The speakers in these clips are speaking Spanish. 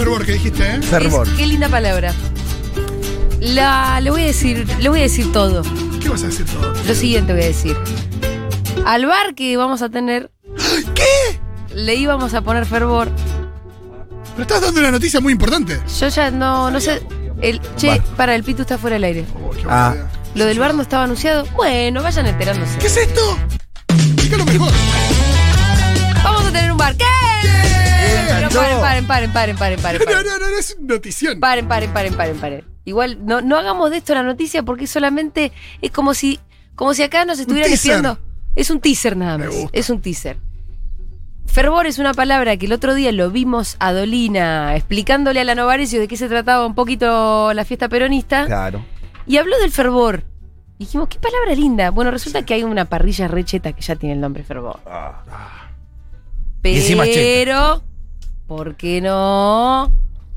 Fervor que dijiste, ¿eh? Fervor. Qué linda palabra. Le voy a decir todo. ¿Qué vas a decir todo? Lo siguiente voy a decir. Al bar que vamos a tener, ¿Qué? le íbamos a poner Fervor. Pero estás dando una noticia muy importante. Yo ya no sé. Para, el Pitu está fuera del aire. Oh, qué buena idea. Lo del bar no estaba anunciado. Bueno, vayan enterándose. ¿Qué es esto? Dígalo mejor. Vamos a tener un bar. ¿Qué? Pero paren. No, es notición. Paren. Igual, no hagamos de esto la noticia porque solamente es como si acá nos estuvieran espiando. Es un teaser nada más. Es un teaser. Fervor es una palabra que el otro día lo vimos a Dolina explicándole a la Novarecio de qué se trataba un poquito la fiesta peronista. Claro. Y habló del fervor. Y dijimos, qué palabra linda. Bueno, resulta que hay una parrilla recheta que ya tiene el nombre Fervor. Y encima Pero, ¿por qué no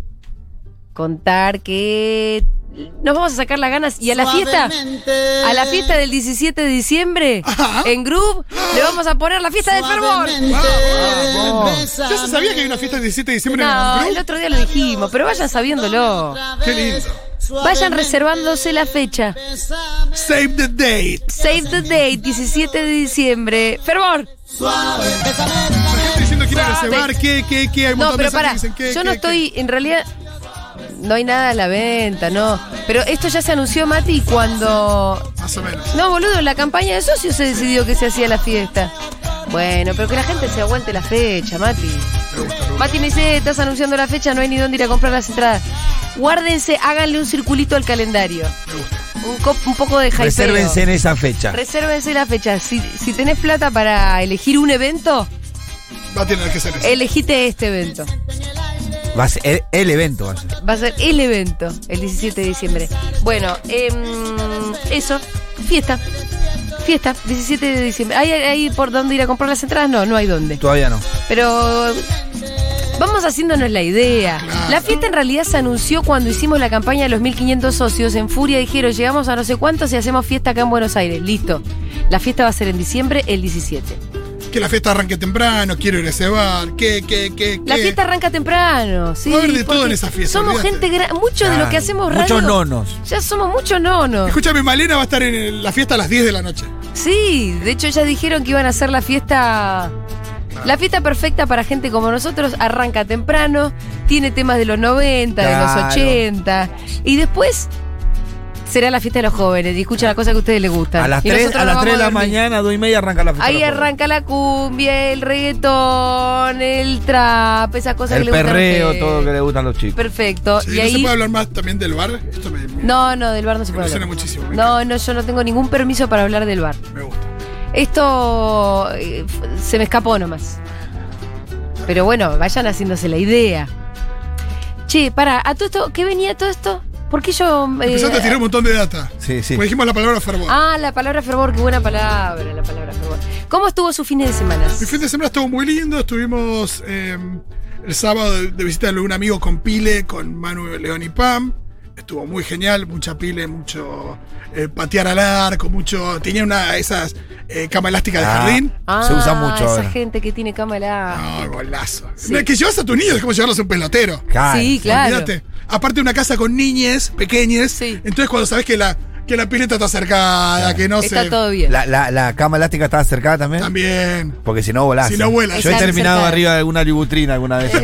contar que nos vamos a sacar las ganas y a la fiesta del 17 de diciembre, en Groove, le vamos a poner la fiesta del Fervor? ¿Ya se sabía que hay una fiesta el 17 de diciembre en No, el el otro día lo dijimos, pero vayan sabiéndolo. Qué lindo. Vayan reservándose la fecha. Save the date. Save the date, 17 de diciembre. ¡Fervor! La gente diciendo que ir a reservar, que hay un No, montón de pero pará, mensajes que dicen yo no estoy, en realidad, no hay nada a la venta, no. Pero esto ya se anunció, Mati, cuando... Más o menos. No, boludo, en la campaña de socios se decidió que se hacía la fiesta. Bueno, pero que la gente se aguante la fecha, Mati. Me gusta. Mati me dice, estás anunciando la fecha, no hay ni dónde ir a comprar las entradas. Guárdense, háganle un circulito al calendario. Me gusta. Un poco de hypeo. Resérvense en esa fecha. Resérvense la fecha. Si tenés plata para elegir un evento, Va a tener que ser eso. elegite este evento. Va a ser el evento. Va a ser. Va a ser el evento, el 17 de diciembre. Bueno, eso, fiesta, 17 de diciembre. ¿Hay por dónde ir a comprar las entradas? No hay dónde. Todavía no. Pero vamos haciéndonos la idea. Claro. La fiesta en realidad se anunció cuando hicimos la campaña de los 1500 socios. En Furia dijeron, llegamos a no sé cuántos y hacemos fiesta acá en Buenos Aires. Listo. La fiesta va a ser en diciembre, el 17. Que la fiesta arranque temprano, quiero ir a ese bar, que. La fiesta arranca temprano, sí. Va a haber de todo porque en esa fiesta, Somos olvídate. gente mucho de lo que hacemos radio. Muchos nonos. Ya somos muchos nonos. Escúchame, Malena va a estar en la fiesta a las 10 de la noche. Sí, de hecho ya dijeron que iban a hacer la fiesta. La fiesta perfecta para gente como nosotros. Arranca temprano, tiene temas de los 90, de Claro. los 80. Y después será la fiesta de los jóvenes. Y escucha la cosa que a ustedes les gusta. A las Y 3 nosotros de nos vamos la dormir. mañana, 2:30 arranca la fiesta. Ahí de los arranca la cumbia, el reggaetón, el trap, esas cosas jóvenes. que El le gustan a perreo, ustedes. todo lo que le gustan a los chicos. Perfecto. Sí, y ¿no ahí. se puede hablar más también del bar? Esto me No, del bar no se puede emociona hablar. muchísimo. Me No, yo no tengo ningún permiso para hablar del bar. Me gusta. Esto se me escapó nomás. Pero bueno, vayan haciéndose la idea. Che, a todo esto, ¿qué venía todo esto? ¿Por qué yo...? Empezaste a tirar un montón de data. Sí. Pues dijimos la palabra fervor. La palabra fervor, qué buena palabra, la palabra fervor. ¿Cómo estuvo su fin de semana? Mi fin de semana estuvo muy lindo. Estuvimos el sábado de visita de un amigo con Pile, con Manu, León y Pam. Estuvo muy genial, mucha pile, mucho patear al arco, mucho. Tenía esas cama elástica de jardín. Se usa mucho esa ahora. gente que tiene cama helada. No, golazo. Sí. Que llevas a tus niños, es como llevarlos a un pelotero. Claro. Sí, claro. Olvídate. Aparte, una casa con niñes pequeñas. Sí. Entonces, cuando sabes que la pileta está cercada, Claro. que no Está se. todo bien. La cama elástica estaba cercada también. También. Porque si no volás. Si no vuelas. Yo he Está terminado cercada. arriba de alguna libutrina alguna vez.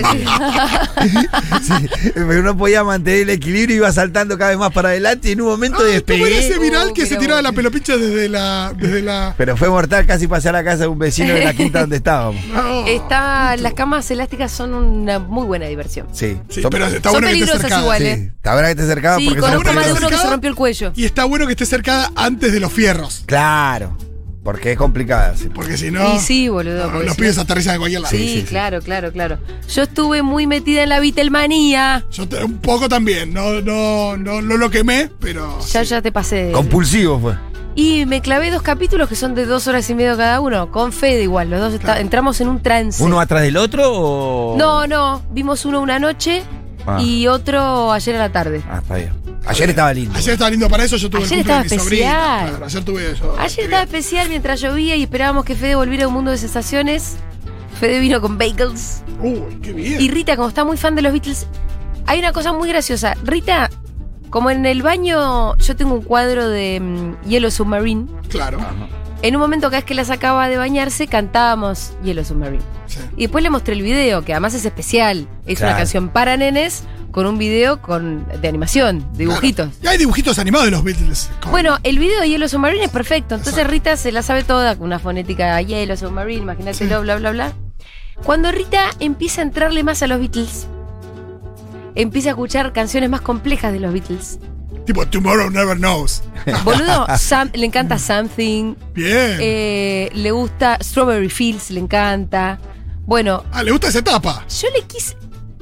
Sí, pero no podía mantener el equilibrio, iba saltando cada vez más para adelante y en un momento ¿Cómo era despegué. ese viral que se mirá tiraba vos. la pelopincha desde la. Pero fue mortal, casi pasé a la casa de un vecino de la quinta donde estábamos. No. Las camas elásticas son una muy buena diversión. Sí. Sí, Son- pero está Son bueno que esté peligrosas cercada. igual, sí. ¿eh? Está buena que te acercaba Sí, porque son conozco más de peligrosas. uno que se rompió el cuello. Y está bueno que esté cercada antes de los fierros. Claro. Porque es complicada. Sí. Porque si no. Y sí, boludo. porque los si pibes no- aterrizan de cualquier lado. Sí, claro. Yo estuve muy metida en la Beatlemanía. Yo un poco también. No lo quemé, pero. Ya te pasé. Compulsivo fue. Y me clavé 2 capítulos que son de 2 horas y media cada uno. Con Fede igual. Los dos Claro. entramos en un trance. ¿Uno atrás del otro o...? No. Vimos uno una noche Ah. y otro ayer a la tarde. Está bien. Ayer estaba lindo. Ayer estaba lindo para eso, yo tuve Ayer el cumple de estaba mi sobrina. especial. Claro, ayer tuve yo. Ayer estaba especial mientras llovía y esperábamos que Fede volviera a un mundo de sensaciones. Fede vino con bagels. Uy, qué bien. Y Rita, como está muy fan de los Beatles, hay una cosa muy graciosa. Rita, como en el baño, yo tengo un cuadro de Yellow Submarine. Claro. En un momento, cada vez que la sacaba de bañarse, cantábamos Yellow Submarine. Sí. Y después le mostré el video, que además es especial. Es Claro. una canción para nenes con un video de animación, dibujitos. Claro. Y hay dibujitos animados de los Beatles. Bueno, el video de Yellow Submarine es perfecto. Entonces Exacto. Rita se la sabe toda, con una fonética Yellow Submarine, imagínatelo, Sí. bla, bla, bla. Cuando Rita empieza a entrarle más a los Beatles, empieza a escuchar canciones más complejas de los Beatles. Tipo Tomorrow Never Knows. Boludo, le encanta Something, Bien. le gusta Strawberry Fields, le encanta. Bueno, ¿Le gusta esa etapa? yo le quise...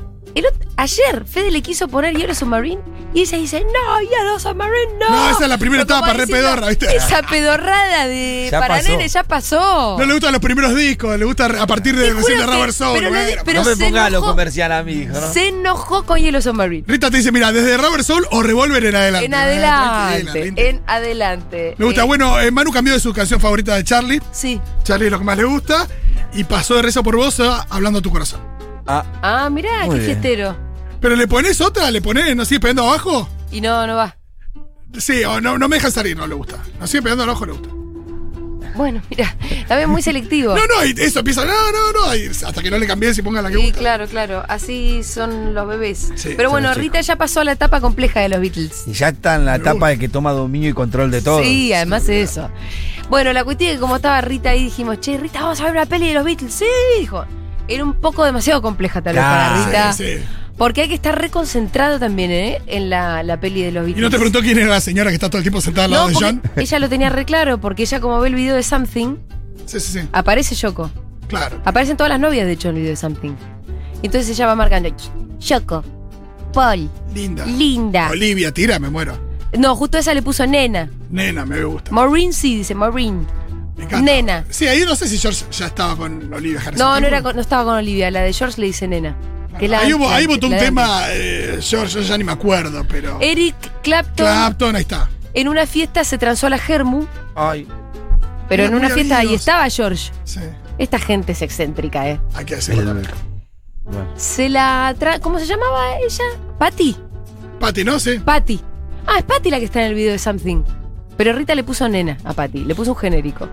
Ayer Fede le quiso poner Yellow Submarine y ella dice, no, Yellow Submarine, no. No, esa es la primera Pero como etapa, re diciendo, pedorra, ¿viste? Esa pedorrada de Ya para pasó. nene ya pasó. No le gustan los primeros discos, le gusta a partir de Te recién de juro que- Rubber Soul. pero bueno, pero no me se pongas lo enojó. comercial a mi hijo, ¿no? Se enojó con Yellow Submarine. Rita te dice, mira, desde Rubber Soul o Revolver en adelante. En adelante, Tranquila, Rita. en adelante. Me gusta. Bueno, Manu cambió de su canción favorita de Charlie. Sí. Charlie es lo que más le gusta. Y pasó de Rezo por Vos a Hablando a tu corazón. Ah, mirá, Muy qué bien. fiestero. ¿Pero le pones otra? ¿Le pones, no sigue pegando abajo? Y no va. Sí, o no me dejan salir, no le gusta. No sigue pegando abajo, le gusta. Bueno, mira, también muy selectivo. No, y eso empieza, no, y hasta que no le cambies y ponga la que Sí, gusta. claro. Así son los bebés. Sí, Pero son bueno, los Rita ya pasó a la etapa compleja de los Beatles. Y ya está en la etapa de que toma dominio y control de todo. Sí, además de eso. Bueno, la cuestión es que como estaba Rita ahí, dijimos, che, Rita, vamos a ver una peli de los Beatles. Sí, dijo. Era un poco demasiado compleja tal vez Claro. para Rita. Sí. Porque hay que estar reconcentrado también, en la peli de los Beatles. Y no te preguntó quién era la señora que está todo el tiempo sentada al lado No, de porque John. ella lo tenía re claro, porque ella como ve el video de Something, Sí. aparece Yoko. Claro. Aparecen todas las novias, de hecho, en el video de Something. Entonces ella va marcando, Yoko, Paul, Linda. Linda. Olivia, tira, me muero. No, justo esa le puso nena. Nena, me gusta. Maureen sí, dice Maureen. Me encanta. Nena. Sí, ahí no sé si George ya estaba con Olivia Harrison. No estaba con Olivia, la de George le dice nena. Que es la Ahí antes, votó un la de tema, George, yo ya ni me acuerdo, pero. Eric Clapton Clapton, ahí está. en una fiesta se transó a la Germu, Ay, pero Eran en una muy fiesta ahí amigos. estaba George. Sí, Esta gente es excéntrica, hay que decirlo. bueno. Se la ¿cómo se llamaba ella? Patty. Patty, ¿no? Sí. Patty. Ah, es Patty la que está en el video de Something. Pero Rita le puso nena a Patty, le puso un genérico.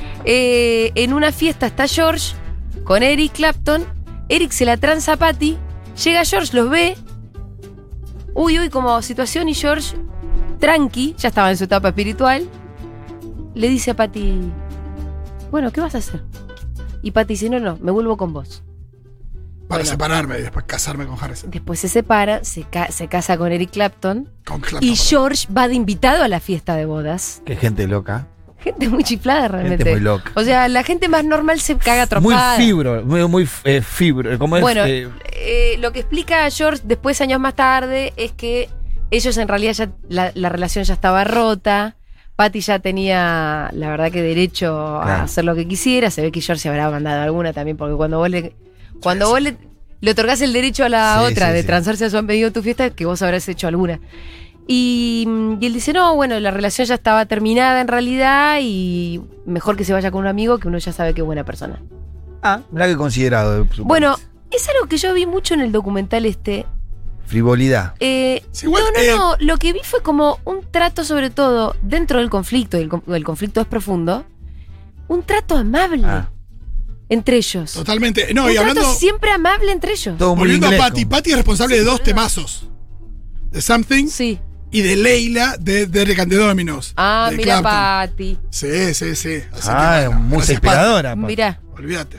En una fiesta está George con Eric Clapton. Eric se la tranza a Patty. Llega George, los ve. Uy, como situación, y George, tranqui, ya estaba en su etapa espiritual, le dice a Patty, bueno, ¿qué vas a hacer? Y Patty dice, no, me vuelvo con vos. Para Bueno. separarme y después casarme con Harrison. Después se separa, se casa con Eric Clapton. Con Clapton. Y George va de invitado a la fiesta de bodas. Qué gente loca. Gente muy chiflada realmente. Gente muy loca. O sea, la gente más normal se caga Muy trompada. fibro, muy fibro. ¿Cómo es? Bueno, lo que explica George después, años más tarde, es que ellos en realidad ya la relación ya estaba rota. Patty ya tenía, la verdad, que derecho a Claro. hacer lo que quisiera. Se ve que George se habrá mandado alguna también, porque cuando vos le otorgás el derecho a la Sí, otra sí, de sí. transarse a su pedido en tu fiesta, que vos habrás hecho alguna. Y él dice, no, bueno, la relación ya estaba terminada en realidad y mejor que se vaya con un amigo que uno ya sabe que es buena persona. Mirá que considerado. por su Bueno, parte. es algo que yo vi mucho en el documental este. Frivolidad. Sí, igual, No, lo que vi fue como un trato, sobre todo dentro del conflicto, y el conflicto es profundo, un trato amable entre ellos. Totalmente. No, Un y trato hablando. siempre amable entre ellos. Todo muy Volviendo a inglés, Patty. como- Patty es responsable de dos temazos: de Something Sí. y de Leila de Derek and the Dominos. Ah, de mira, Clapton. Patty. Sí. Así que, Ah, bueno, música gracias, inspiradora. pa. Mirá. Patty. Olvídate.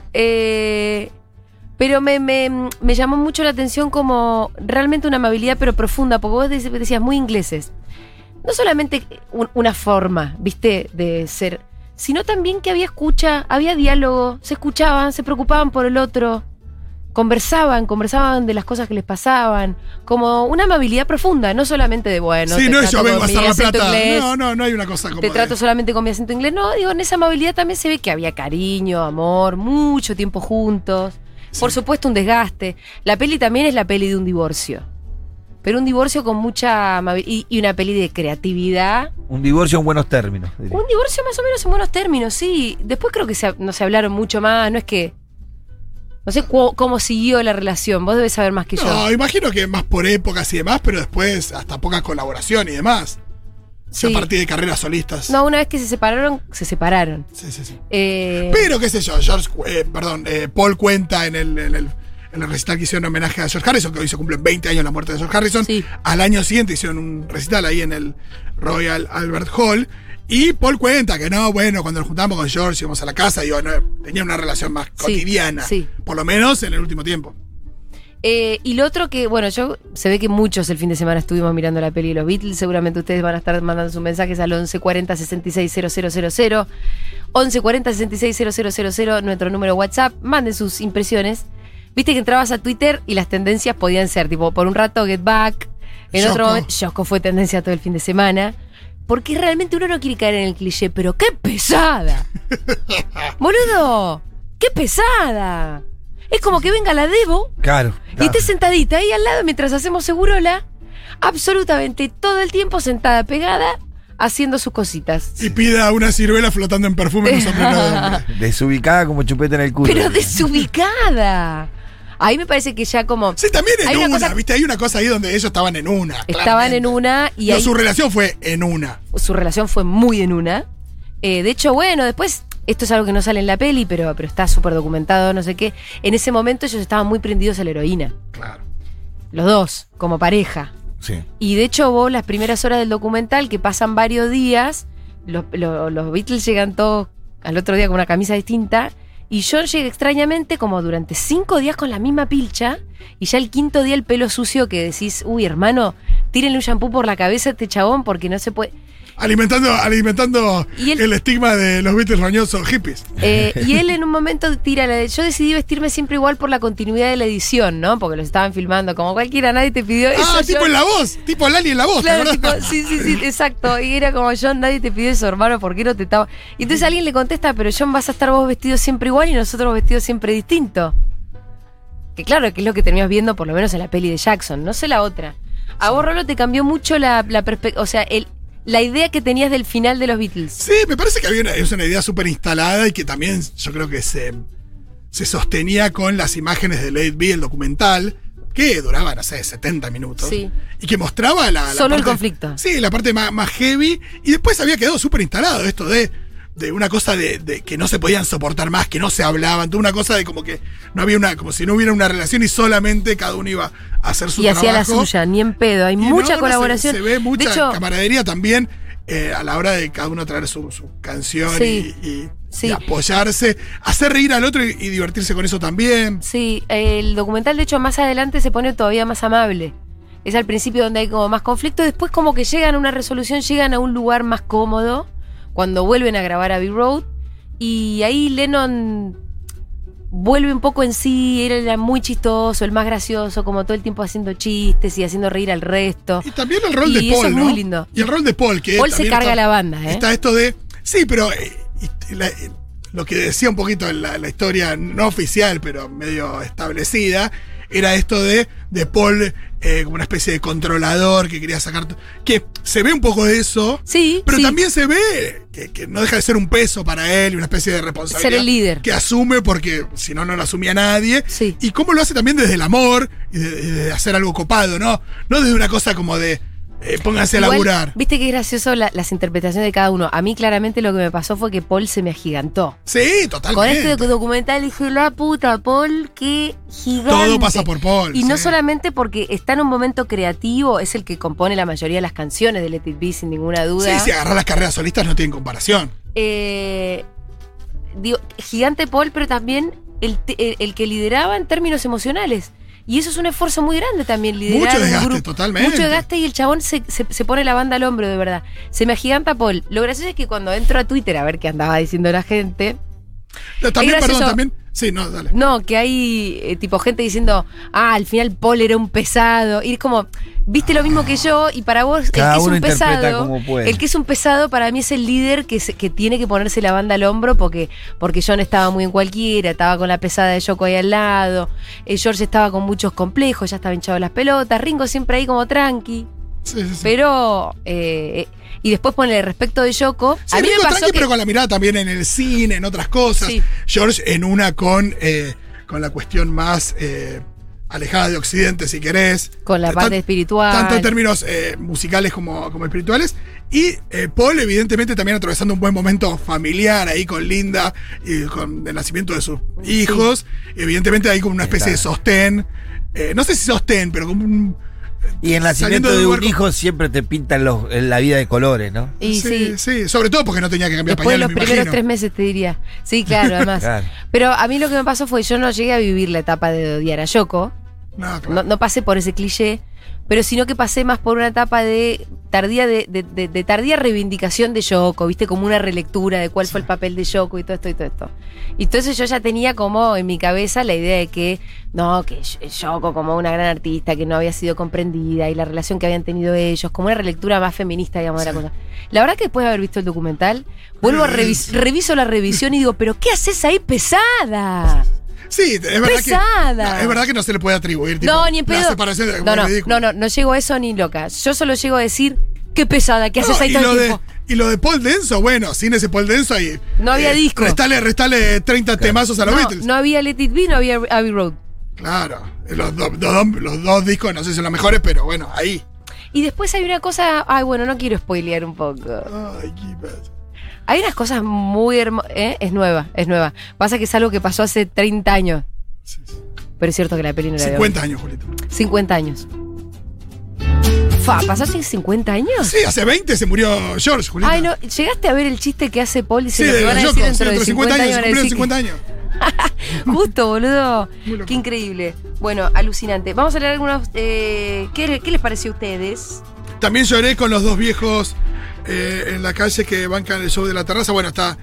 Pero me llamó mucho la atención como realmente una amabilidad pero profunda, porque vos decías muy ingleses. No solamente una forma, viste, de ser, sino también que había escucha, había diálogo, se escuchaban, se preocupaban por el otro, conversaban de las cosas que les pasaban, como una amabilidad profunda, no solamente de, bueno, Sí, te no es trato yo vengo a con mi hacer la acento plata. inglés, No hay una cosa como. te trato solamente con mi acento inglés. No, digo, en esa amabilidad también se ve que había cariño, amor, mucho tiempo juntos. Sí. Por supuesto, un desgaste. La peli también es la peli de un divorcio. Pero un divorcio con mucha amabilidad y una peli de creatividad. Un divorcio en buenos términos. diría. Un divorcio más o menos en buenos términos, sí. Después creo que no se hablaron mucho más. No es que No sé cómo siguió la relación, vos debes saber más que yo. No, imagino que más por épocas y demás, pero después hasta poca colaboración y demás. Sí. A partir de carreras solistas. No, una vez que se separaron. Sí. Pero qué sé yo, Paul cuenta en el recital que hicieron en homenaje a George Harrison, que hoy se cumplen 20 años la muerte de George Harrison. Sí. Al año siguiente hicieron un recital ahí en el Royal Albert Hall. Y Paul cuenta que cuando nos juntamos con George íbamos a la casa, tenía una relación más cotidiana. Sí. Por lo menos en el último tiempo. Y lo otro que, se ve que muchos el fin de semana estuvimos mirando la peli de los Beatles. Seguramente ustedes van a estar mandando sus mensajes al 1140 660000. 1140 660000, nuestro número WhatsApp. Manden sus impresiones. Viste que entrabas a Twitter y las tendencias podían ser, tipo, por un rato Get Back. En otro momento, Yoko fue tendencia todo el fin de semana. Porque realmente uno no quiere caer en el cliché, pero ¡qué pesada! ¡Boludo! ¡Qué pesada! Es como que venga la Debo. Claro. Y esté sentadita ahí al lado mientras hacemos Segurola. Absolutamente todo el tiempo sentada, pegada, haciendo sus cositas. Y pida una ciruela flotando en perfume en un sombrero de hombre. Desubicada como chupeta en el culo. Pero desubicada. Ahí me parece que ya como... Sí, también en una, ¿viste? Hay una cosa ahí donde ellos estaban en una. Estaban en una y su relación fue en una. Su relación fue muy en una. De hecho, después... Esto es algo que no sale en la peli, pero está súper documentado, no sé qué. En ese momento ellos estaban muy prendidos a la heroína. Claro. Los dos, como pareja. Sí. Y de hecho vos, las primeras horas del documental, que pasan varios días, los Beatles llegan todos al otro día con una camisa distinta, y John llega extrañamente como durante 5 días con la misma pilcha, y ya el 5.º día el pelo sucio que decís, uy, hermano, tírenle un shampoo por la cabeza a este chabón porque no se puede... Alimentando el estigma de los Beatles roñosos hippies. Y él en un momento tira la de, yo decidí vestirme siempre igual por la continuidad de la edición, ¿no? Porque los estaban filmando como cualquiera, nadie te pidió eso. Tipo en La Voz, tipo Lali en La Voz, claro, tipo, sí, exacto. Y era como, John, nadie te pidió eso, hermano, ¿por qué no te estaba...? Y entonces alguien le contesta, pero John, vas a estar vos vestido siempre igual y nosotros vestidos siempre distinto. Que claro, que es lo que terminás viendo por lo menos en la peli de Jackson, no sé la otra. A vos, Rolo, te cambió mucho la perspectiva, o sea, la idea que tenías del final de los Beatles. Sí, me parece que es una idea súper instalada y que también yo creo que se sostenía con las imágenes de Let It Be, el documental, que duraba, no sé, 70 minutos. Sí. Y que mostraba la solo parte, el conflicto. Sí, la parte más heavy. Y después había quedado súper instalado esto de una cosa de que no se podían soportar más, que no se hablaban, toda una cosa de como que no había como si no hubiera una relación y solamente cada uno iba a hacer su trabajo. Y hacía la suya, ni en pedo, hay mucha colaboración. Se ve mucha camaradería también a la hora de cada uno traer su canción y apoyarse, hacer reír al otro y divertirse con eso también. Sí, el documental de hecho más adelante se pone todavía más amable. Es al principio donde hay como más conflicto, después como que llegan a una resolución, llegan a un lugar más cómodo. Cuando vuelven a grabar Abbey Road, y ahí Lennon vuelve un poco en sí, él era muy chistoso, el más gracioso, como todo el tiempo haciendo chistes y haciendo reír al resto. Y también el rol de Paul, eso es muy lindo. Y el rol de Paul, que Paul se carga la banda, ¿eh? Está esto de... Sí, pero lo que decía un poquito en la historia no oficial, pero medio establecida, era esto de Paul como una especie de controlador que quería sacar... Que se ve un poco de eso, sí, pero también se ve que no deja de ser un peso para él y una especie de responsabilidad. Ser el líder. Que asume porque si no, no lo asumía nadie. Sí. Y cómo lo hace también desde el amor y de hacer algo copado, ¿no? No desde una cosa como de... pónganse a laburar. Viste que es gracioso las interpretaciones de cada uno. A mí claramente lo que me pasó fue que Paul se me agigantó. Sí, totalmente. Con este documental dije, la puta, Paul, qué gigante. Todo pasa por Paul. Y no solamente porque está en un momento creativo, es el que compone la mayoría de las canciones de Let It Be, sin ninguna duda. Sí, si agarrar las carreras solistas no tienen comparación. Digo, gigante Paul, pero también el que lideraba en términos emocionales. Y eso es un esfuerzo muy grande también, liderar mucho desgaste, un grupo. Totalmente. Mucho desgaste y el chabón se pone la banda al hombro, de verdad. Se me agiganta Paul. Lo gracioso es que cuando entro a Twitter a ver qué andaba diciendo la gente... También, perdón, también... Sí, no, dale. No, que hay tipo gente diciendo, al final Paul era un pesado. Y es como, viste lo mismo que yo, y para vos, cada el que es uno un pesado, como puede. el que es un pesado para mí es el líder que tiene que ponerse la banda al hombro porque John estaba muy en cualquiera, estaba con la pesada de Yoko ahí al lado, George estaba con muchos complejos, ya estaba hinchado las pelotas, Ringo siempre ahí como tranqui. Sí. Pero y después ponele respecto de Yoko. Sí, a mí Ringo me pasó tranqui, pero con la mirada también en el cine, en otras cosas. Sí. George en una con con la cuestión más alejada de Occidente, si querés. Con la parte espiritual. Tanto en términos musicales como espirituales. Y Paul, evidentemente, también atravesando un buen momento familiar ahí con Linda y con el nacimiento de sus hijos. Evidentemente, ahí como una especie de sostén. No sé si sostén, pero como un. Y el nacimiento de un hijo siempre te pintan la vida de colores, ¿no? Y sí, sobre todo porque no tenía que cambiar después pañales, los primeros 3 meses te diría. Sí, claro, además. Claro. Pero a mí lo que me pasó fue, yo no llegué a vivir la etapa de odiar a Yoko. No, claro. No pasé por ese cliché, pero sino que pasé más por una etapa de tardía tardía reivindicación de Yoko, viste, como una relectura de cuál fue el papel de Yoko y todo esto y todo esto. Y entonces yo ya tenía como en mi cabeza la idea de que Yoko como una gran artista que no había sido comprendida y la relación que habían tenido ellos, como una relectura más feminista, digamos, de la cosa. La verdad que después de haber visto el documental, vuelvo a reviso la revisión y digo, ¿pero qué haces ahí, pesada? Sí, es verdad pesada. Es verdad que no se le puede atribuir tipo, no, ni en pedo. la separación de No llego a eso ni loca. Yo solo llego a decir, qué pesada, ¿qué haces ahí todo el tiempo? Y lo de Paul Denso, bueno, sin ese Paul Denso ahí. No había disco. Restale 30 temazos a los Beatles. No había Let It Be, no había Abbey Road. Claro, los dos discos, no sé si son los mejores, pero bueno, ahí. Y después hay una cosa, bueno, no quiero spoilear un poco. Ay, qué pasa. Hay unas cosas muy hermosas. Es nueva. Pasa que es algo que pasó hace 30 años. Sí. Pero es cierto que la peli no era de 50 años, Julito. 50 años. ¿Pasó hace 50 años? Sí, hace 20 se murió George, Julito. Ay, no, ¿llegaste a ver el chiste que hace Paul y sí, se lo van a decir dentro de 50 años? Se cumplieron 50 años. Justo, boludo. Qué increíble. Bueno, alucinante. Vamos a leer algunos. ¿Qué les pareció a ustedes? También lloré con los dos viejos en la calle que bancan el show de la terraza. Bueno, está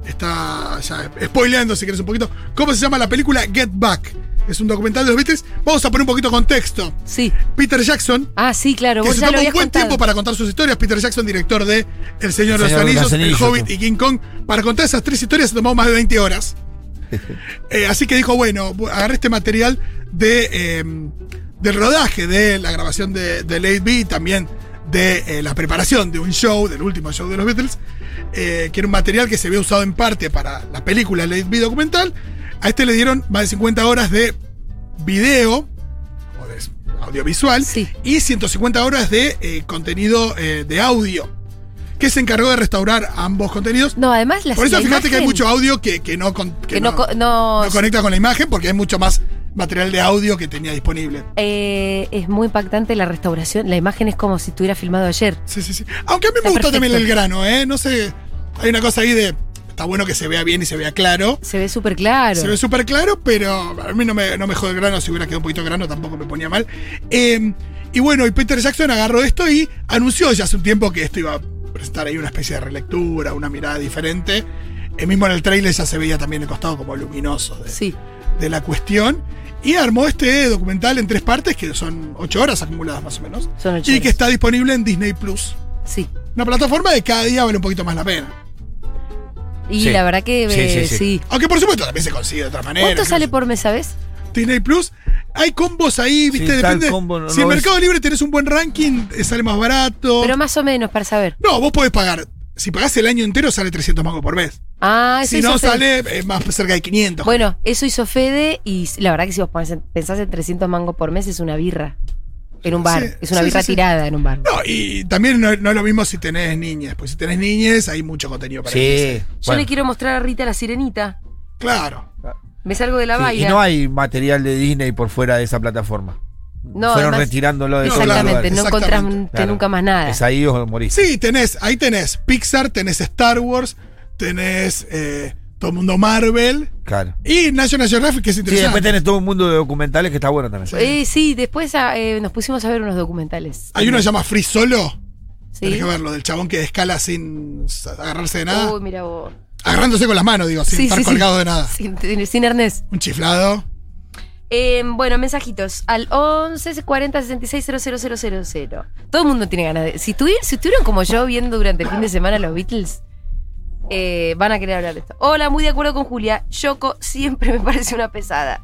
ya spoileando si querés un poquito. ¿Cómo se llama la película? Get Back. Es un documental de los Beatles. Vamos a poner un poquito de contexto. Sí. Peter Jackson. Ah, sí, claro. Que vos se ya tomó lo un habías buen contado. tiempo para contar sus historias. Peter Jackson, director de El Señor de los Anillos, El Hobbit y King Kong. Para contar esas 3 historias se tomó más de 20 horas. Así que dijo, bueno, agarré este material del rodaje, de la grabación de Let It Be y también de la preparación de un show, del último show de los Beatles, que era un material que se había usado en parte para la película Let It Be documental. A este le dieron más de 50 horas de video, o de audiovisual, sí, y 150 horas de contenido de audio, que se encargó de restaurar ambos contenidos. No, además por eso fíjate que hay mucho audio que no conecta con la imagen, porque hay mucho más material de audio que tenía disponible. Es muy impactante la restauración. La imagen es como si estuviera filmado ayer. Sí. Aunque a mí me gustó también el grano, no sé, hay una cosa ahí de... Está bueno que se vea bien y se vea claro. Se ve súper claro. Se ve súper claro, pero a mí no me jode el grano. Si hubiera quedado un poquito de grano tampoco me ponía mal. Y bueno, y Peter Jackson agarró esto y anunció ya hace un tiempo que esto iba a presentar ahí una especie de relectura, una mirada diferente. Mismo en el trailer ya se veía también el costado como luminoso de la cuestión. Y armó este documental en 3 partes, que son 8 horas acumuladas más o menos. Son 8 y horas. que está disponible en Disney Plus. Sí. Una plataforma de cada día vale un poquito más la pena. Y sí, la verdad que sí. Aunque por supuesto también se consigue de otra manera. ¿Cuánto sale por mes, sabes? Disney Plus. Hay combos ahí, ¿viste? Sí, depende. combo, si en Mercado Libre tenés un buen ranking, sale más barato. Pero más o menos, para saber. No, vos podés pagar. Si pagás el año entero, sale 300 mangos por mes. Ah, eso si hizo no, Fede. sale más cerca de 500. Bueno, eso hizo Fede y la verdad que si vos pensás en 300 mangos por mes es una birra. En un bar. Sí, es una birra tirada en un bar. No, y también no es lo mismo si tenés niñas. Pues si tenés niñas, hay mucho contenido para ellos. Yo le quiero mostrar a Rita la sirenita. Claro. Me salgo de la vaina. Y no hay material de Disney por fuera de esa plataforma. No, fueron además, retirándolo de todos los exactamente, lugares. no encontrás nunca más nada. Es ahí o morís. Sí, ahí tenés Pixar, tenés Star Wars, tenés todo el mundo Marvel. Claro. Y National Geographic, que es Sí, interesante. después tenés todo un mundo de documentales que está bueno también. Sí, después nos pusimos a ver unos documentales. Hay uno que se llama Free Solo. Sí. Tenés que verlo, del chabón que escala sin agarrarse de nada. Uy, mira vos. Agarrándose con las manos, digo, sin estar colgado de nada. Sin arnés. Un chiflado. Bueno, mensajitos al 11 40 66 000. Todo el mundo tiene ganas de. Si estuvieron como yo viendo durante el fin de semana los Beatles, van a querer hablar de esto. Hola, muy de acuerdo con Julia. Yoko siempre me parece una pesada.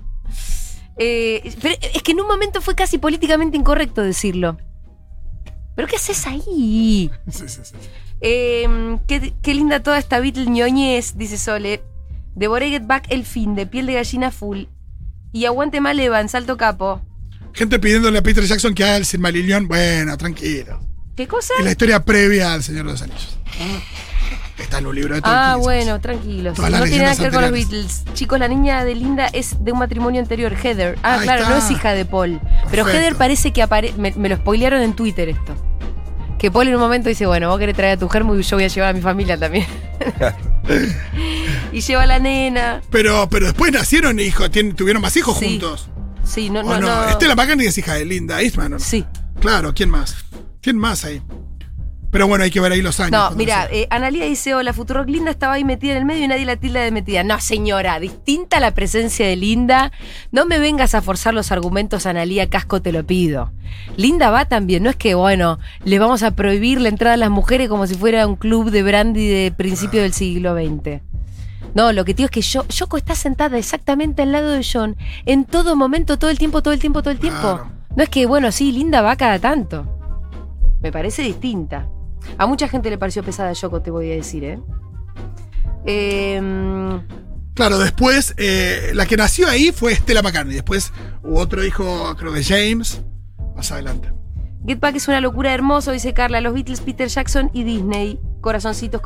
Pero es que en un momento fue casi políticamente incorrecto decirlo. ¿Pero qué haces ahí? Sí. Qué linda toda esta Beatle ñoñez, dice Sole. Devoré Get Back el fin de piel de gallina full. Y aguante Maleva en Salto Capo. Gente pidiéndole a Peter Jackson que haga el Silmarillion. Bueno, tranquilo. ¿Qué cosa? Y la historia previa al Señor de los Anillos. Está en un libro de Tolkien. Bueno, tranquilos. Todas No las tiene nada que ver con los leyendas Beatles. Chicos, la niña de Linda es de un matrimonio anterior, Heather. Ahí Claro, está. no es hija de Paul. Pero Perfecto. Heather parece que me lo spoilearon en Twitter esto. Que Paul en un momento dice, bueno, vos querés traer a tu germo y yo voy a llevar a mi familia también. Y lleva a la nena. Pero después nacieron hijos, tuvieron más hijos Sí. juntos. Sí, no, ¿O no, no? no. Stella McCartney es hija de Linda Eastman, ¿no? Sí. Claro, ¿quién más? ¿Quién más ahí? Pero bueno, hay que ver ahí los años. No, cuando mira, nació. Analia dice, hola, Futurock, Linda estaba ahí metida en el medio y nadie la tilda de metida. No, señora, distinta la presencia de Linda. No me vengas a forzar los argumentos, Analia, casco te lo pido. Linda va también, no es que, bueno, le vamos a prohibir la entrada a las mujeres como si fuera un club de brandy de principio del siglo XX. No, lo que digo es que Yoko está sentada exactamente al lado de John en todo momento, todo el tiempo. Claro. No es que, bueno, sí, Linda va cada tanto. Me parece distinta. A mucha gente le pareció pesada Yoko, te voy a decir, ¿eh? Claro, después, la que nació ahí fue Stella McCartney. Después hubo otro hijo, creo que James, más adelante. Get Back es una locura hermoso, dice Carla. Los Beatles, Peter Jackson y Disney. Corazoncitos.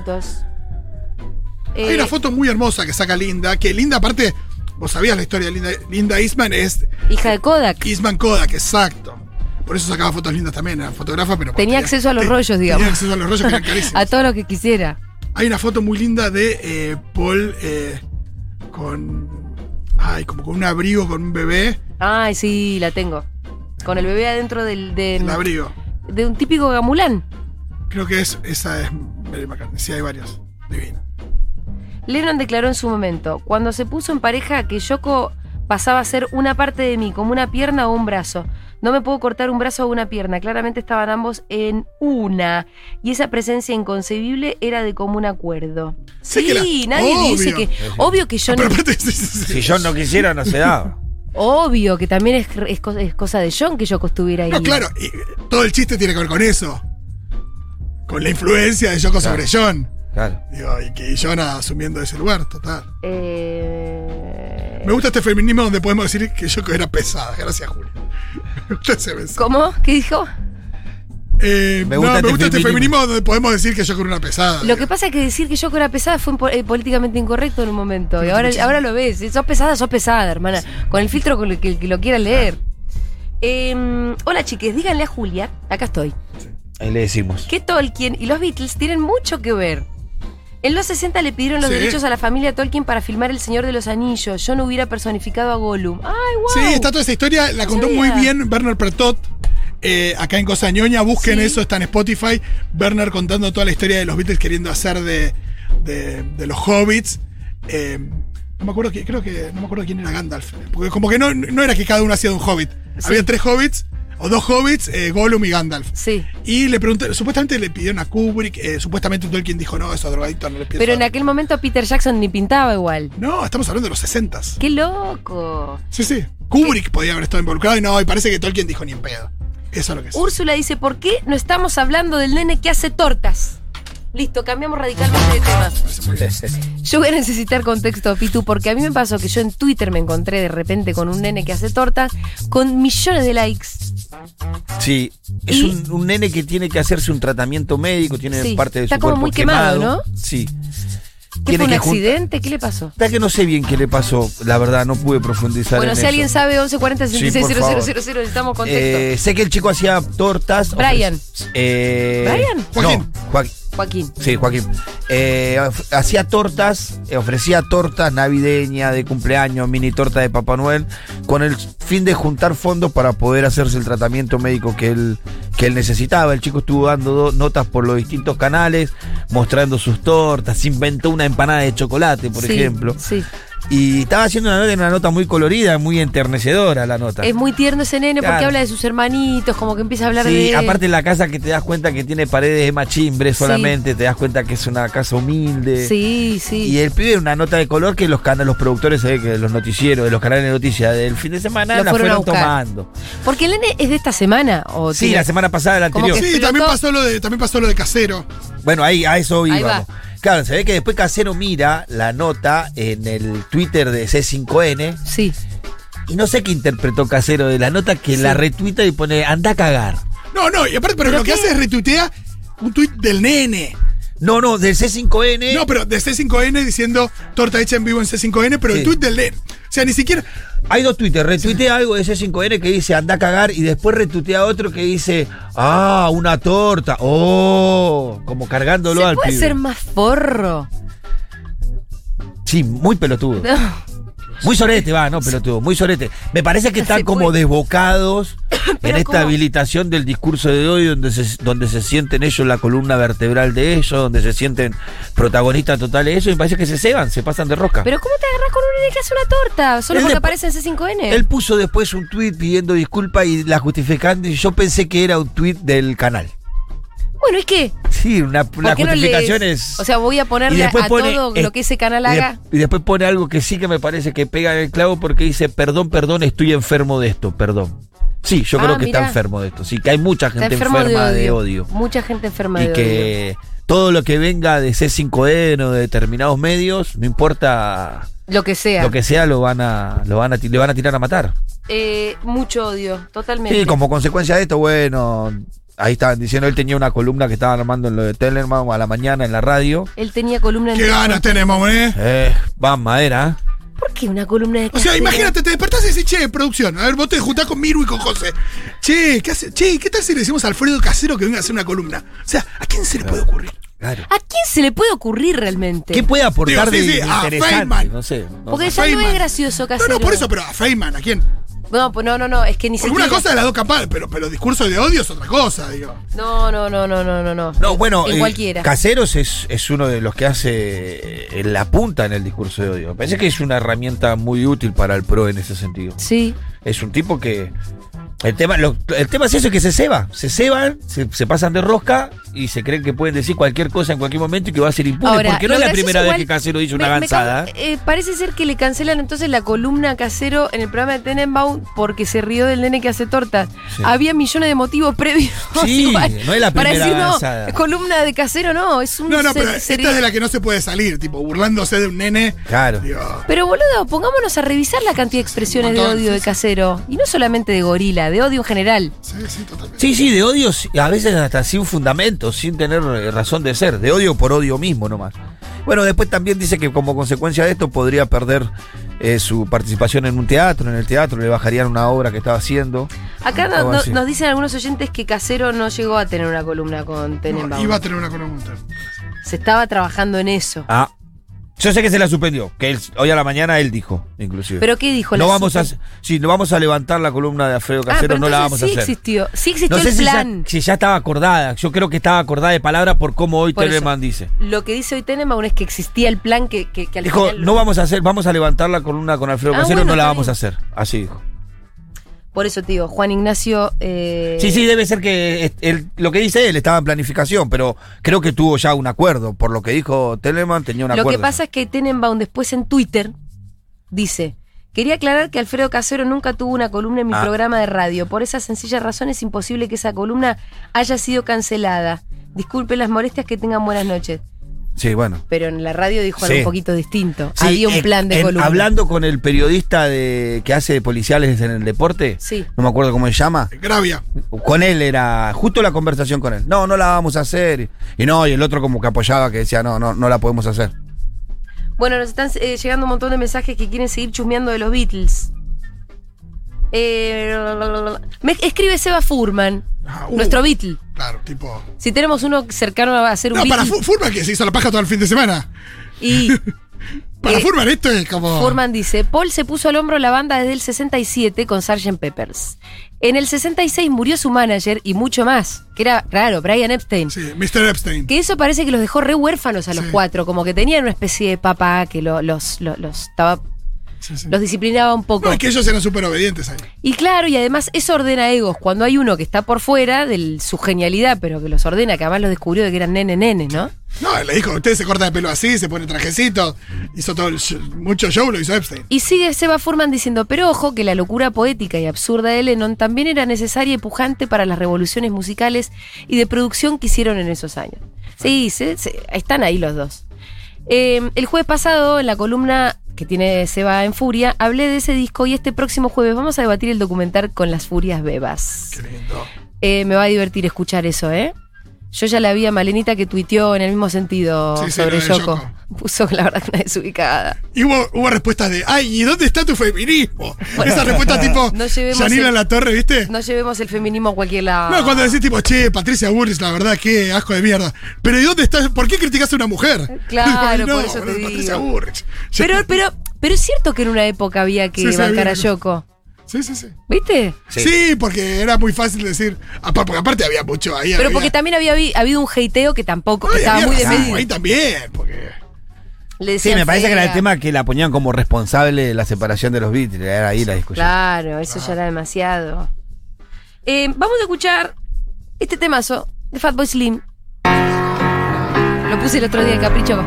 Hay una foto muy hermosa que saca Linda, que Linda aparte, vos sabías la historia de Linda. Linda Eastman es Hija de Kodak. Eastman Kodak, exacto. Por eso sacaba fotos lindas también, era fotógrafa, pero... Tenía acceso a los rollos, digamos. Tenía acceso a los rollos que eran carísimos. A todo lo que quisiera. Hay una foto muy linda de Paul con... como con un abrigo, con un bebé. Ay, sí, la tengo. Con el bebé adentro El abrigo. de un típico gamulán. Creo que esa es Mary McCartney. Sí, hay varios. Divino. Lennon declaró en su momento, cuando se puso en pareja, que Yoko pasaba a ser una parte de mí, como una pierna o un brazo. No me puedo cortar un brazo o una pierna. Claramente estaban ambos en una. Y esa presencia inconcebible era de común acuerdo. Sí, Sí, nadie obvio. dice que... Obvio que John... Pero aparte, sí. Si John no quisiera, no se daba. Obvio que también es cosa de John que Yoko estuviera ahí. No, claro, y todo el chiste tiene que ver con eso. Con la influencia de Yoko sobre John. Claro. Digo, y que John asumiendo ese lugar, total. Me Me gusta este feminismo donde podemos decir que Yoko era pesada. Gracias, Julia. Me gusta ese mensaje. ¿Cómo? ¿Qué dijo? Me gusta este feminismo donde podemos decir que Yoko era una pesada. Lo que pasa es que decir que Yoko era pesada fue políticamente incorrecto en un momento. Y Muchísimo. ahora lo ves. Si sos pesada, hermana. Con el filtro con el que lo quiera leer. Hola, chiques. Díganle a Julia, acá estoy, Ahí le decimos. que Tolkien y los Beatles tienen mucho que ver. En los 60 le pidieron los Sí. derechos a la familia Tolkien para filmar El Señor de los Anillos. Yo no hubiera personificado a Gollum. ¡Ay, wow! Sí, está toda esa historia, la contó muy sabía. bien Werner Pertot. Acá en Cosa Ñoña, busquen Sí. eso, está en Spotify. Werner contando toda la historia de los Beatles queriendo hacer de los hobbits. No me acuerdo no me acuerdo quién era Gandalf. Porque como que no era que cada uno hacía de un hobbit. Sí. Había 3 hobbits, o 2 hobbits, Gollum y Gandalf. Sí. Y le pregunté, supuestamente le pidieron a Kubrick, supuestamente Tolkien dijo, no, esos drogadictos no les pido. Pero en aquel momento Peter Jackson ni pintaba igual. No, estamos hablando de los 60s. ¡Qué loco! Sí. Kubrick podía haber estado involucrado y parece que Tolkien dijo ni en pedo. Eso es lo que es. Úrsula dice, ¿por qué no estamos hablando del nene que hace tortas? Listo, cambiamos radicalmente de tema. Yo voy a necesitar contexto, Pitu, porque a mí me pasó que yo en Twitter me encontré de repente con un nene que hace tortas con millones de likes. Sí, es Y- un nene que tiene que hacerse un tratamiento médico, tiene Sí, parte de está su como cuerpo muy quemado, ¿no? Sí. ¿Qué Tiene fue un que accidente? ¿Qué le pasó? Está que no sé bien qué le pasó, la verdad, no pude profundizar Bueno, en si eso. alguien sabe, 1140 Sí, 66 por favor. 000, necesitamos contexto. Sé que el chico hacía tortas. Brian. ¿Brian? Joaquín. No, Joaquín. Joaquín. Sí, Joaquín. Hacía tortas, ofrecía tortas navideñas de cumpleaños, mini torta de Papá Noel, con el fin de juntar fondos para poder hacerse el tratamiento médico que él necesitaba. El chico estuvo dando notas por los distintos canales, mostrando sus tortas, se inventó una empanada de chocolate, por Sí, ejemplo. Sí. Y estaba haciendo una nota muy colorida, muy enternecedora la nota. Es muy tierno ese nene porque Claro. habla de sus hermanitos, como que empieza a hablar Sí, de... aparte en la casa que te das cuenta que tiene paredes de machimbre solamente, te das cuenta que es una casa humilde. Sí, sí. Y el pibe una nota de color que los productores se ve que los noticieros, de los canales de noticias del fin de semana Lo la fueron a fueron buscar. tomando. Porque el nene es de esta semana. ¿O Sí, tiene- la semana pasada, la Como anterior. que Sí, también explotó. pasó lo de Casero. Bueno, ahí a eso Ahí íbamos. va. Claro, se ve que después Casero mira la nota en el Twitter de C5N Sí. Y no sé qué interpretó Casero de la nota que la retuita y pone, anda a cagar. No, y aparte, pero lo que hace es retuitea un tuit del nene. No, del C5N. No, pero de C5N diciendo torta hecha en vivo en C5N, pero el tuit del nene. O sea, ni siquiera. Hay dos tuites, retuitea algo de C5N que dice anda a cagar y después retuitea otro que dice, una torta. Como cargándolo al pibe. ¿Puede ser más forro? Sí, muy pelotudo. No. Muy sorete, pelotudo, muy sorete. Me parece que están como desbocados en esta habilitación del discurso de hoy, donde se sienten ellos la columna vertebral de ellos, donde se sienten protagonistas totales de ellos, y me parece que se ceban, se pasan de rosca. Pero ¿cómo te agarras con un nene que hace una torta? Solo porque aparece en C5N. Él puso después un tuit pidiendo disculpas y la justificando, y yo pensé que era un tuit del canal. Bueno, ¿es que? Sí, una justificación es... O sea, voy a ponerle a todo lo que ese canal haga. Y después pone algo que sí que me parece que pega en el clavo porque dice, perdón, estoy enfermo de esto, perdón. Sí, yo creo que está enfermo de esto. Sí, que hay mucha gente enferma de odio. Mucha gente enferma de odio. Y que todo lo que venga de C5N o de determinados medios, no importa... Lo que sea. Le van a tirar a matar. Mucho odio, totalmente. Sí, como consecuencia de esto, bueno... Ahí estaban diciendo, él tenía una columna que estaban armando en lo de Tellerman a la mañana en la radio. Él tenía columna en... ¿Qué ganas tenemos, Va, madera. ¿Por qué una columna de Casero? O sea, imagínate, te despertás y decís, che, producción, a ver, vos te juntás con Miru y con José. Che, ¿qué tal si le decimos a Alfredo Casero que venga a hacer una columna? O sea, ¿a quién se le puede ocurrir? Claro. ¿A quién se le puede ocurrir realmente? ¿Qué puede aportar de interesante? Feynman. No sé. Porque ya no es gracioso, Casero. No, por eso, pero a Feynman, ¿a quién? No, es que ni siquiera... Una cosa de las dos capaces, pero discurso de odio es otra cosa, digo. No. No, bueno, en cualquiera. Caseros es uno de los que hace la punta en el discurso de odio. Me parece que es una herramienta muy útil para el PRO en ese sentido. Sí. Es un tipo que... El tema es eso, que se ceban, se pasan de rosca y se creen que pueden decir cualquier cosa en cualquier momento y que va a ser impune. Ahora, porque no es la primera vez que Casero dice una gansada. Parece ser que le cancelan entonces la columna a Casero en el programa de Tenenbaum porque se rió del nene que hace tortas. Sí. Había millones de motivos previos. Sí, igual, no es la primera para decir, gansada. Columna de Casero no, es un... No, pero esta es de la que no se puede salir, tipo, burlándose de un nene. Claro. Digo. Pero boludo, pongámonos a revisar la cantidad de expresiones de odio de Casero. Y no solamente de gorila, de odio en general. Sí, totalmente. Sí, de odio, a veces hasta sin fundamento, sin tener razón de ser, de odio por odio mismo nomás. Bueno, después también dice que como consecuencia de esto podría perder su participación en un teatro, en el teatro le bajarían una obra que estaba haciendo. Acá nos dicen algunos oyentes que Casero no llegó a tener una columna con Tenenbaum. Iba a tener una columna. Se estaba trabajando en eso. Yo sé que se la suspendió, que hoy a la mañana él dijo, inclusive. ¿Pero qué dijo? No vamos a levantar la columna de Alfredo Casero, no la vamos a hacer. Sí existió no sé el plan. Si ya estaba acordada, yo creo que estaba acordada de palabra por cómo hoy Tenenbaum dice. Lo que dice hoy Tenenbaum es que existía el plan que al dijo, final... no vamos a levantar la columna con Alfredo Casero, bueno, no la vamos a hacer, así dijo. Por eso te digo, Juan Ignacio... Sí, debe ser que lo que dice él estaba en planificación, pero creo que tuvo ya un acuerdo. Por lo que dijo Tenenbaum, tenía un acuerdo. Lo que pasa es que Tenenbaum después en Twitter dice: quería aclarar que Alfredo Casero nunca tuvo una columna en mi programa de radio. Por esa sencilla razón es imposible que esa columna haya sido cancelada. Disculpe las molestias, que tengan buenas noches. Sí, bueno. Pero en la radio dijo algo un poquito distinto. Sí, había un plan de columna. Hablando con el periodista que hace de policiales en el deporte, no me acuerdo cómo se llama. Gravia. Con él era justo la conversación con él. No la vamos a hacer. Y el otro como que apoyaba, que decía, no la podemos hacer. Bueno, nos están llegando un montón de mensajes que quieren seguir chusmeando de los Beatles. Me escribe Seba Furman, nuestro Beatle. Claro, tipo... Si tenemos uno cercano a hacer un Beatle... No, para Furman, que se hizo la paja todo el fin de semana. Y... para Furman esto es como... Furman dice: Paul se puso al hombro la banda desde el 67 con Sgt. Peppers. En el 66 murió su manager y mucho más, que era, claro, Brian Epstein. Sí, Mr. Epstein. Que eso parece que los dejó re huérfanos a los cuatro, como que tenían una especie de papá que los estaba... Los disciplinaba un poco. No, es que ellos eran súper obedientes ahí. Y claro, y además eso ordena egos. Cuando hay uno que está por fuera de su genialidad, pero que los ordena, que además los descubrió de que eran nenes, ¿no? No, le dijo, usted se corta de pelo así, se pone trajecito, hizo todo mucho show, lo hizo Epstein. Y sigue Seba Furman diciendo: pero ojo, que la locura poética y absurda de Lennon también era necesaria y pujante para las revoluciones musicales y de producción que hicieron en esos años. Sí, están ahí los dos. El jueves pasado, en la columna que tiene Seba en Furia, hablé de ese disco y este próximo jueves vamos a debatir el documental con las Furias Bebas. Qué lindo. Me va a divertir escuchar eso, ¿eh? Yo ya la vi a Malenita que tuiteó en el mismo sentido Sí, sobre lo de Yoko. Yoko. Puso la verdad una desubicada. Y hubo respuestas de, ay, ¿y dónde está tu feminismo? Bueno, Esa respuesta tipo, no llevemos Yanila el- Latorre, ¿viste? No llevemos el feminismo a cualquier lado. No, cuando decís tipo, che, Patricia Bullrich, la verdad, qué asco de mierda. Pero ¿y dónde está? ¿Por qué criticás a una mujer? Claro, Y no, por eso te boludo, digo. Patricia Bullrich. Pero es cierto que en una época había que Sí, sí, bancar había a que- Yoko. Sí, sí, sí. ¿Viste? Sí, porque era muy fácil decir. Porque aparte había mucho ahí. Pero había- porque también había habido un hateo que tampoco, que Ay, estaba había muy razón, desmedido. ahí también, porque. Le Sí, decían me parece que era el fea. tema que la ponían como responsable de la separación de los Beatles. Era ahí la discusión. Claro, eso ya era demasiado. Vamos a escuchar este temazo de Fatboy Slim. Lo puse el otro día de Capricho.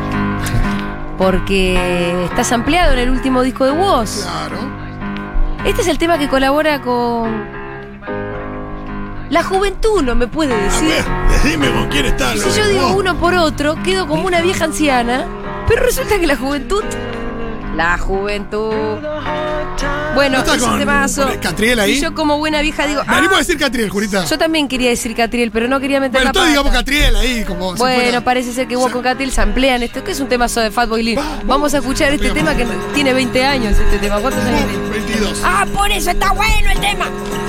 Porque está sampleado en el último disco de Woz. Claro. Este es el tema que colabora con. La juventud no me puede A decir. ver, decime con quién está. Si lo yo de digo vos. uno por otro, quedo como una vieja anciana. Pero resulta que la juventud. La juventud. Bueno, ¿No está es un con- temazo. con Catriel ahí? Y yo como buena vieja digo. Me animo a decir Catriel, Jurita. Yo también quería decir Catriel, pero no quería meter Bueno, la todos pata. digamos Catriel ahí, como. si Bueno, fuera- parece ser que vos con Catriel samplean esto, que es un temazo de Fatboy Slim. Vamos a escuchar este tema que tiene 20 años, este tema. ¿Cuántos años tiene? 22. Ah, por eso está bueno el tema.